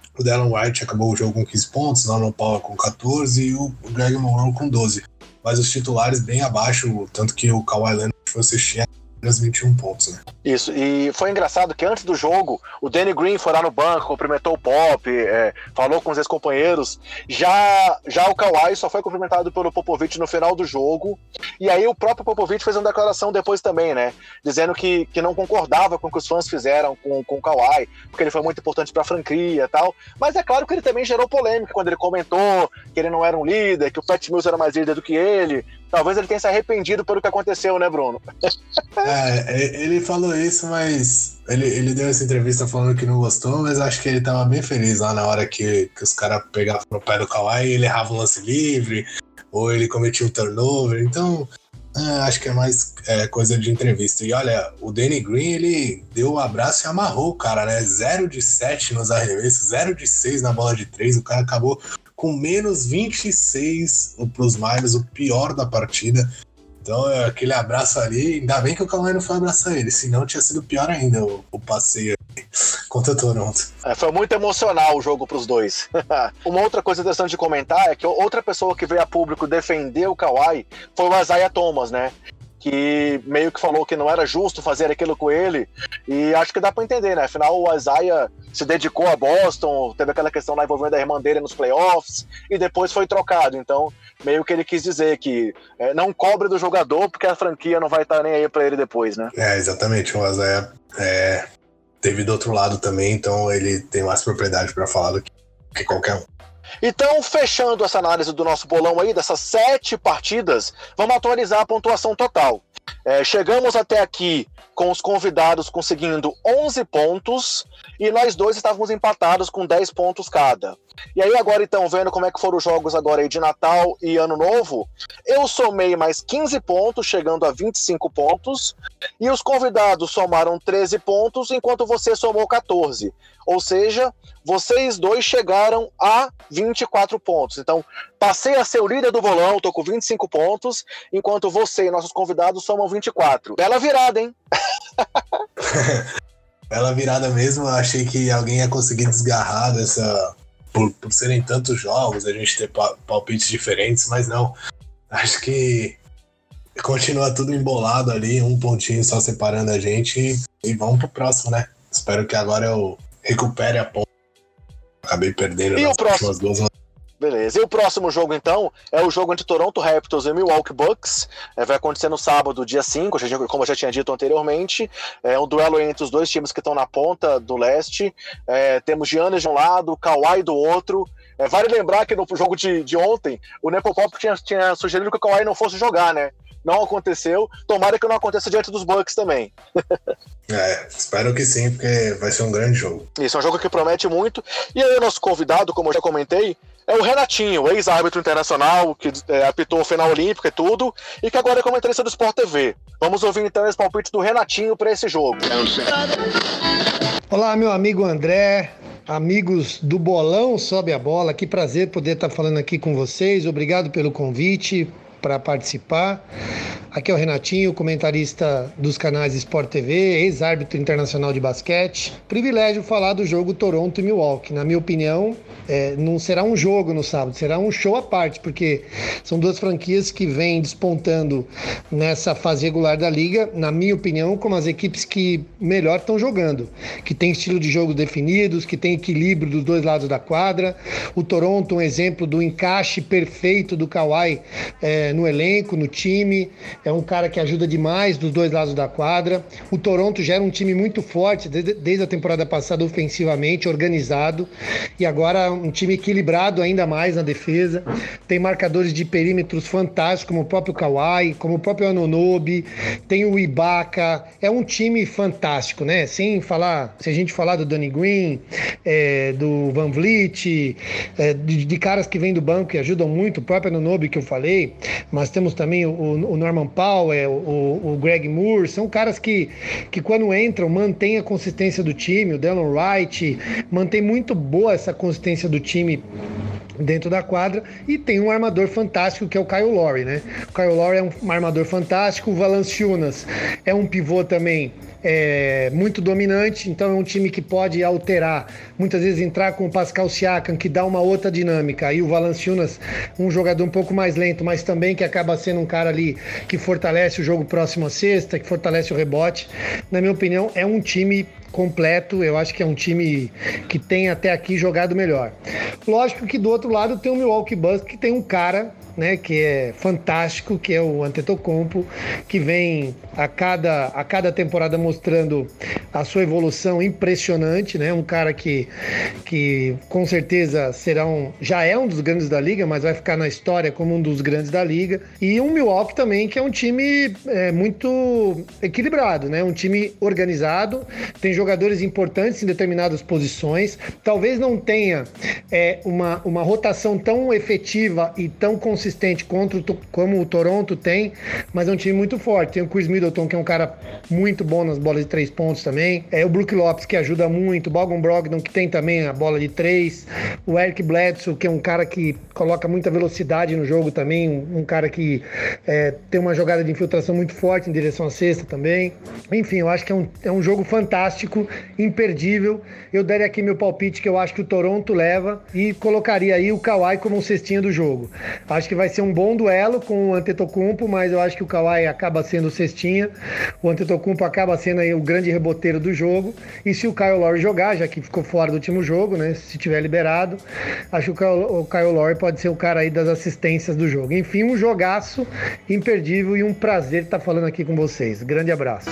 O Delon Wright acabou o jogo com quinze pontos, o Norman Powell com catorze e o Greg Monroe com doze. Mas os titulares bem abaixo, tanto que o Kawhi Leonard foi assistir apenas vinte e um pontos, né? Isso, e foi engraçado que antes do jogo, o Danny Green foi lá no banco, cumprimentou o Pop, é, falou com os ex-companheiros. Já, já o Kawhi só foi cumprimentado pelo Popovich no final do jogo. E aí o próprio Popovich fez uma declaração depois também, né? Dizendo que, que não concordava com o que os fãs fizeram com, com o Kawhi, porque ele foi muito importante pra franquia e tal. Mas é claro que ele também gerou polêmica quando ele comentou que ele não era um líder, que o Pat Mills era mais líder do que ele. Talvez ele tenha se arrependido pelo que aconteceu, né, Bruno? É, ele falou isso, mas ele, ele deu essa entrevista falando que não gostou, mas acho que ele tava bem feliz lá na hora que, que os caras pegavam no pé do Kawhi e ele errava um lance livre, ou ele cometia um turnover, então é, acho que é mais é, coisa de entrevista. E olha, o Danny Green, ele deu um abraço e amarrou o cara, né? zero de sete nos arremessos, zero de seis na bola de três, o cara acabou com menos vinte e seis para os Miners, o pior da partida. Então, aquele abraço ali, ainda bem que o Kawhi não foi abraçar ele, senão tinha sido pior ainda o, o passeio contra o Toronto. É, foi muito emocional o jogo para os dois. Uma outra coisa interessante de comentar é que outra pessoa que veio a público defender o Kawhi foi o Isaiah Thomas, né? Que meio que falou que não era justo fazer aquilo com ele, e acho que dá pra entender, né? Afinal, o Isaiah se dedicou a Boston, teve aquela questão lá envolvendo a irmã dele nos playoffs, e depois foi trocado, então meio que ele quis dizer que é, não cobre do jogador, porque a franquia não vai estar nem aí pra ele depois, né? É, exatamente, o Isaiah é, teve do outro lado também, então ele tem mais propriedade pra falar do que, que qualquer um. Então, fechando essa análise do nosso bolão aí, dessas sete partidas, vamos atualizar a pontuação total. É, chegamos até aqui com os convidados conseguindo onze pontos e nós dois estávamos empatados com dez pontos cada. E aí agora então, vendo como é que foram os jogos agora aí de Natal e Ano Novo, eu somei mais quinze pontos, chegando a vinte e cinco pontos, e os convidados somaram treze pontos, enquanto você somou catorze. Ou seja, vocês dois chegaram a vinte e quatro pontos. Então, passei a ser o líder do bolão, tô com vinte e cinco pontos, enquanto você e nossos convidados somam vinte e quatro. Bela virada, hein? Bela virada mesmo, eu achei que alguém ia conseguir desgarrar dessa... Por, por serem tantos jogos, a gente ter palpites diferentes, mas não. Acho que continua tudo embolado ali, um pontinho só separando a gente, e vamos pro próximo, né? Espero que agora eu recupere a ponta. Acabei perdendo e nas o próximo? últimas duas. Beleza. E o próximo jogo, então, é o jogo entre Toronto Raptors e Milwaukee Bucks. É, vai acontecer no sábado, dia cinco, como eu já tinha dito anteriormente. É um duelo entre os dois times que estão na ponta do leste. É, temos Giannis de um lado, Kawhi do outro. É, vale lembrar que no jogo de, de ontem, o Nepopop tinha, tinha sugerido que o Kawhi não fosse jogar, né? Não aconteceu. Tomara que não aconteça diante dos Bucks também. É, espero que sim, porque vai ser um grande jogo. Isso, é um jogo que promete muito. E aí o nosso convidado, como eu já comentei, é o Renatinho, ex-árbitro internacional, que é, apitou a final olímpica e tudo, e que agora é comentarista do Sport T V. Vamos ouvir então esse palpite do Renatinho para esse jogo. Olá, meu amigo André, amigos do Bolão Sobe a Bola, que prazer poder estar falando aqui com vocês, obrigado pelo convite para participar. Aqui é o Renatinho, comentarista dos canais Sport T V, ex-árbitro internacional de basquete. Privilégio falar do jogo Toronto e Milwaukee. Na minha opinião, é, não será um jogo no sábado, será um show à parte, porque são duas franquias que vêm despontando nessa fase regular da liga, na minha opinião, como as equipes que melhor estão jogando, que tem estilo de jogo definidos, que tem equilíbrio dos dois lados da quadra. O Toronto, um exemplo do encaixe perfeito do Kawhi é, no elenco, no time. É um cara que ajuda demais dos dois lados da quadra. O Toronto já era um time muito forte desde, desde a temporada passada, ofensivamente, organizado. E agora um time equilibrado ainda mais na defesa. Tem marcadores de perímetros fantásticos, como o próprio Kawhi, como o próprio Anunoby. Tem o Ibaka. É um time fantástico, né? Sem falar, se a gente falar do Danny Green, é, do Van Vliet, é, de, de caras que vêm do banco e ajudam muito, o próprio Anunoby que eu falei, mas temos também o, o Norman Powell, o, o Greg Moore, são caras que, que quando entram mantêm a consistência do time. O Delon Wright mantém muito boa essa consistência do time dentro da quadra, e tem um armador fantástico que é o Kyle Lowry, né? O Kyle Lowry é um armador fantástico, o Valanciunas é um pivô também é, muito dominante, então é um time que pode alterar, muitas vezes entrar com o Pascal Siakam, que dá uma outra dinâmica, e o Valanciunas, um jogador um pouco mais lento, mas também que acaba sendo um cara ali que fortalece o jogo próximo à cesta, que fortalece o rebote. Na minha opinião, é um time completo, eu acho que é um time que tem até aqui jogado melhor. Lógico que do outro lado tem o Milwaukee Bucks, que tem um cara, né, que é fantástico, que é o Antetokounmpo, que vem a cada, a cada temporada mostrando a sua evolução impressionante, né, um cara que, que com certeza será um, já é um dos grandes da liga, mas vai ficar na história como um dos grandes da liga, e um Milwaukee também, que é um time é, muito equilibrado, né, um time organizado, tem jogadores importantes em determinadas posições, talvez não tenha é, uma, uma rotação tão efetiva e tão consistente contra o, como o Toronto tem, mas é um time muito forte. Tem o Chris Middleton, que é um cara muito bom nas bolas de três pontos também, é o Brook Lopes, que ajuda muito, o Bogan Brogdon, que tem também a bola de três, o Eric Bledsoe, que é um cara que coloca muita velocidade no jogo também, um, um cara que é, tem uma jogada de infiltração muito forte em direção à cesta também. Enfim, eu acho que é um, é um jogo fantástico, imperdível. Eu daria aqui meu palpite, que eu acho que o Toronto leva, e colocaria aí o Kawhi como um cestinha do jogo. Acho que vai ser um bom duelo com o Antetokounmpo, mas eu acho que o Kawhi acaba sendo o cestinha, o Antetokounmpo acaba sendo aí o grande reboteiro do jogo, e se o Kyle Lowry jogar, já que ficou fora do último jogo, né, se tiver liberado, acho que o Kyle Lowry pode ser o cara aí das assistências do jogo. Enfim, um jogaço imperdível e um prazer estar falando aqui com vocês. Grande abraço.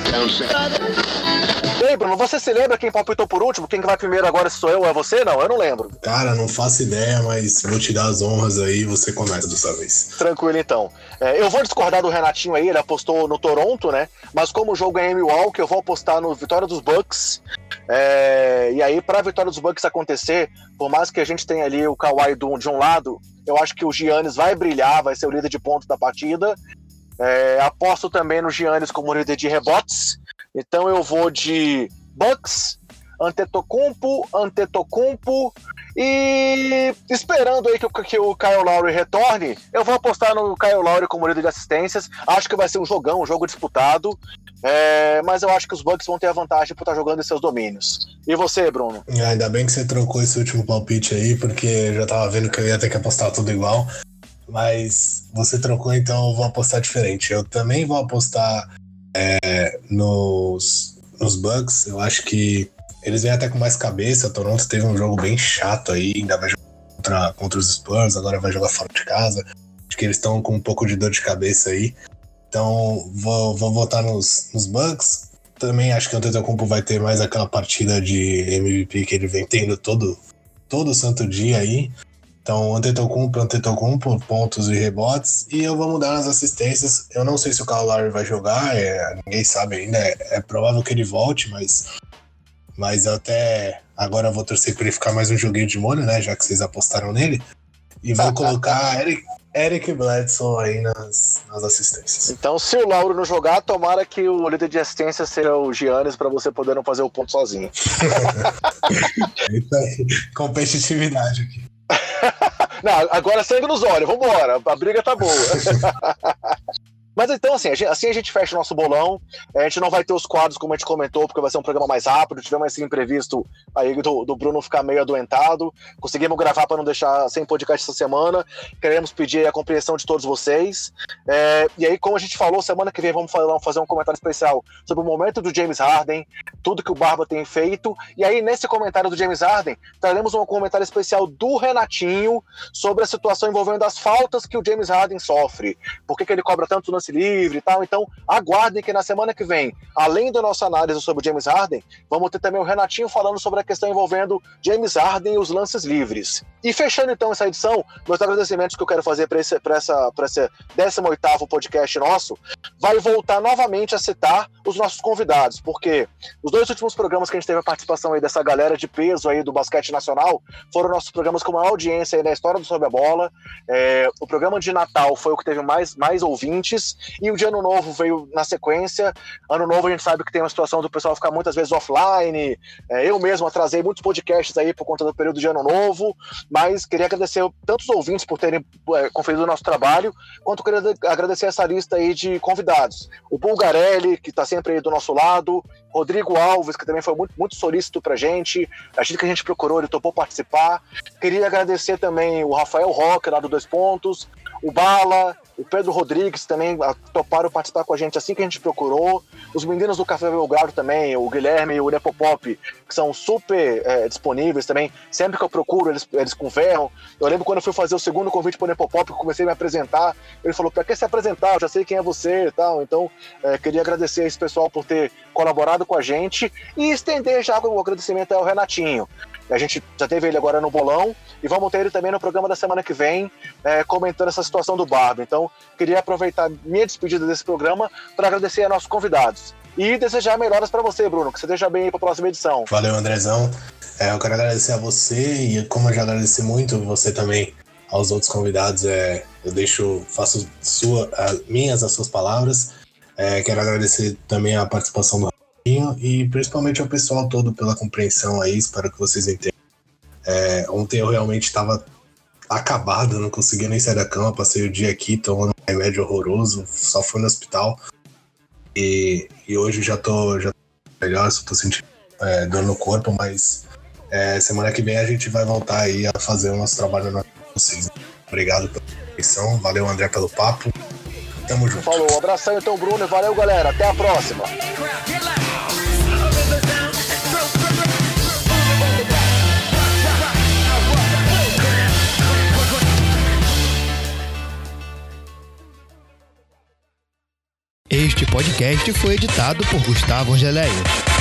E aí, Bruno, você se lembra quem palpitou por último? Quem que vai primeiro agora, se sou eu ou é você? Não, eu não lembro. Cara, não faço ideia, mas vou te dar as honras aí, você começa dessa vez. Tranquilo, então. É, eu vou discordar do Renatinho aí, ele apostou no Toronto, né? Mas como o jogo é em Milwaukee, eu vou apostar no vitória dos Bucks. É, e aí, pra vitória dos Bucks acontecer, por mais que a gente tenha ali o Kawhi de um lado, eu acho que o Giannis vai brilhar, vai ser o líder de pontos da partida. É, aposto também no Giannis como líder de rebotes. Então eu vou de Bucks, Antetokounmpo, Antetokounmpo e esperando aí que o, que o Kyle Lowry retorne, eu vou apostar no Kyle Lowry como líder de assistências. Acho que vai ser um jogão, um jogo disputado, é, mas eu acho que os Bucks vão ter a vantagem por estar jogando em seus domínios. E você, Bruno? Ainda bem que você trocou esse último palpite aí, porque eu já tava vendo que eu ia ter que apostar tudo igual, mas você trocou, então eu vou apostar diferente. Eu também vou apostar É, nos, nos Bucks. Eu acho que eles vêm até com mais cabeça. O Toronto teve um jogo bem chato aí, ainda vai jogar contra, contra os Spurs, agora vai jogar fora de casa. Acho que eles estão com um pouco de dor de cabeça aí, então vou, vou votar nos, nos Bucks. Também acho que o Antetokounmpo vai ter mais aquela partida de M V P que ele vem tendo todo, todo santo dia aí. Então, Antetokounmpo, Antetokounmpo, pontos e rebotes. E eu vou mudar nas assistências. Eu não sei se o Kyle Lowry vai jogar, é, ninguém sabe ainda. É, é provável que ele volte, mas, mas eu até agora vou torcer para ele ficar mais um joguinho de molho, né? Já que vocês apostaram nele. E vou colocar Eric, Eric Bledsoe aí nas, nas assistências. Então, se o Lauro não jogar, tomara que o líder de assistência seja o Giannis, para você poder não fazer o ponto sozinho. Isso aí, competitividade aqui. Não, agora sangue nos olhos, vambora, a briga tá boa. Mas então, assim a, gente, assim a gente fecha o nosso bolão. A gente não vai ter os quadros, como a gente comentou, porque vai ser um programa mais rápido. Tivemos esse imprevisto aí do, do Bruno ficar meio adoentado. Conseguimos gravar para não deixar sem podcast essa semana. Queremos pedir a compreensão de todos vocês. É, e aí, como a gente falou, semana que vem vamos fazer um comentário especial sobre o momento do James Harden, tudo que o Barba tem feito. E aí, nesse comentário do James Harden, traremos um comentário especial do Renatinho sobre a situação envolvendo as faltas que o James Harden sofre. Por que, que ele cobra tanto lance livre e tal. Então, aguardem que na semana que vem, além da nossa análise sobre o James Harden, vamos ter também o Renatinho falando sobre a questão envolvendo James Harden e os lances livres. E fechando então essa edição, meus agradecimentos que eu quero fazer para esse, para essa, para esse décimo oitavo podcast nosso, vai voltar novamente a citar os nossos convidados, porque os dois últimos programas que a gente teve a participação aí dessa galera de peso aí do basquete nacional foram nossos programas com maior audiência aí na história do Sob a Bola. É, o programa de Natal foi o que teve mais, mais ouvintes, e o de Ano Novo veio na sequência. Ano Novo a gente sabe que tem uma situação do pessoal ficar muitas vezes offline, é, eu mesmo atrasei muitos podcasts aí por conta do período de Ano Novo, mas queria agradecer tanto os ouvintes por terem é, conferido o nosso trabalho, quanto queria agradecer essa lista aí de convidados. O Bulgarelli, que está sempre aí do nosso lado, Rodrigo Alves, que também foi muito, muito solícito pra gente, a gente que a gente procurou, ele topou participar. Queria agradecer também o Rafael Roque, lá do Dois Pontos, o Bala, o Pedro Rodrigues também toparam participar com a gente assim que a gente procurou. Os meninos do Café Belgrado também, o Guilherme e o Nepopop, que são super é, disponíveis também. Sempre que eu procuro, eles, eles conversam. Eu lembro quando eu fui fazer o segundo convite para o Nepopop, que eu comecei a me apresentar, ele falou, pra que se apresentar? Eu já sei quem é você e tal. Então, é, queria agradecer a esse pessoal por ter colaborado com a gente e estender já o agradecimento ao Renatinho. A gente já teve ele agora no bolão e vamos ter ele também no programa da semana que vem, é, comentando essa situação do Barbie. Então, queria aproveitar minha despedida desse programa para agradecer a nossos convidados. E desejar melhoras para você, Bruno, que você esteja bem aí para a próxima edição. Valeu, Andrezão. É, eu quero agradecer a você e, como eu já agradeci muito você também aos outros convidados, é, eu deixo, faço sua, a, minhas as suas palavras. É, quero agradecer também a participação do e principalmente ao pessoal todo pela compreensão aí, espero que vocês entendam. É, ontem eu realmente estava acabado, não conseguia nem sair da cama, passei o dia aqui tomando um remédio horroroso, só fui no hospital e, e hoje já tô, já tô melhor, só tô sentindo é, dor no corpo, mas é, semana que vem a gente vai voltar aí a fazer o nosso trabalho com vocês. Obrigado pela atenção, valeu André pelo papo, tamo junto. Falou, um abração então Bruno, valeu galera, até a próxima. Este podcast foi editado por Gustavo Angeléia.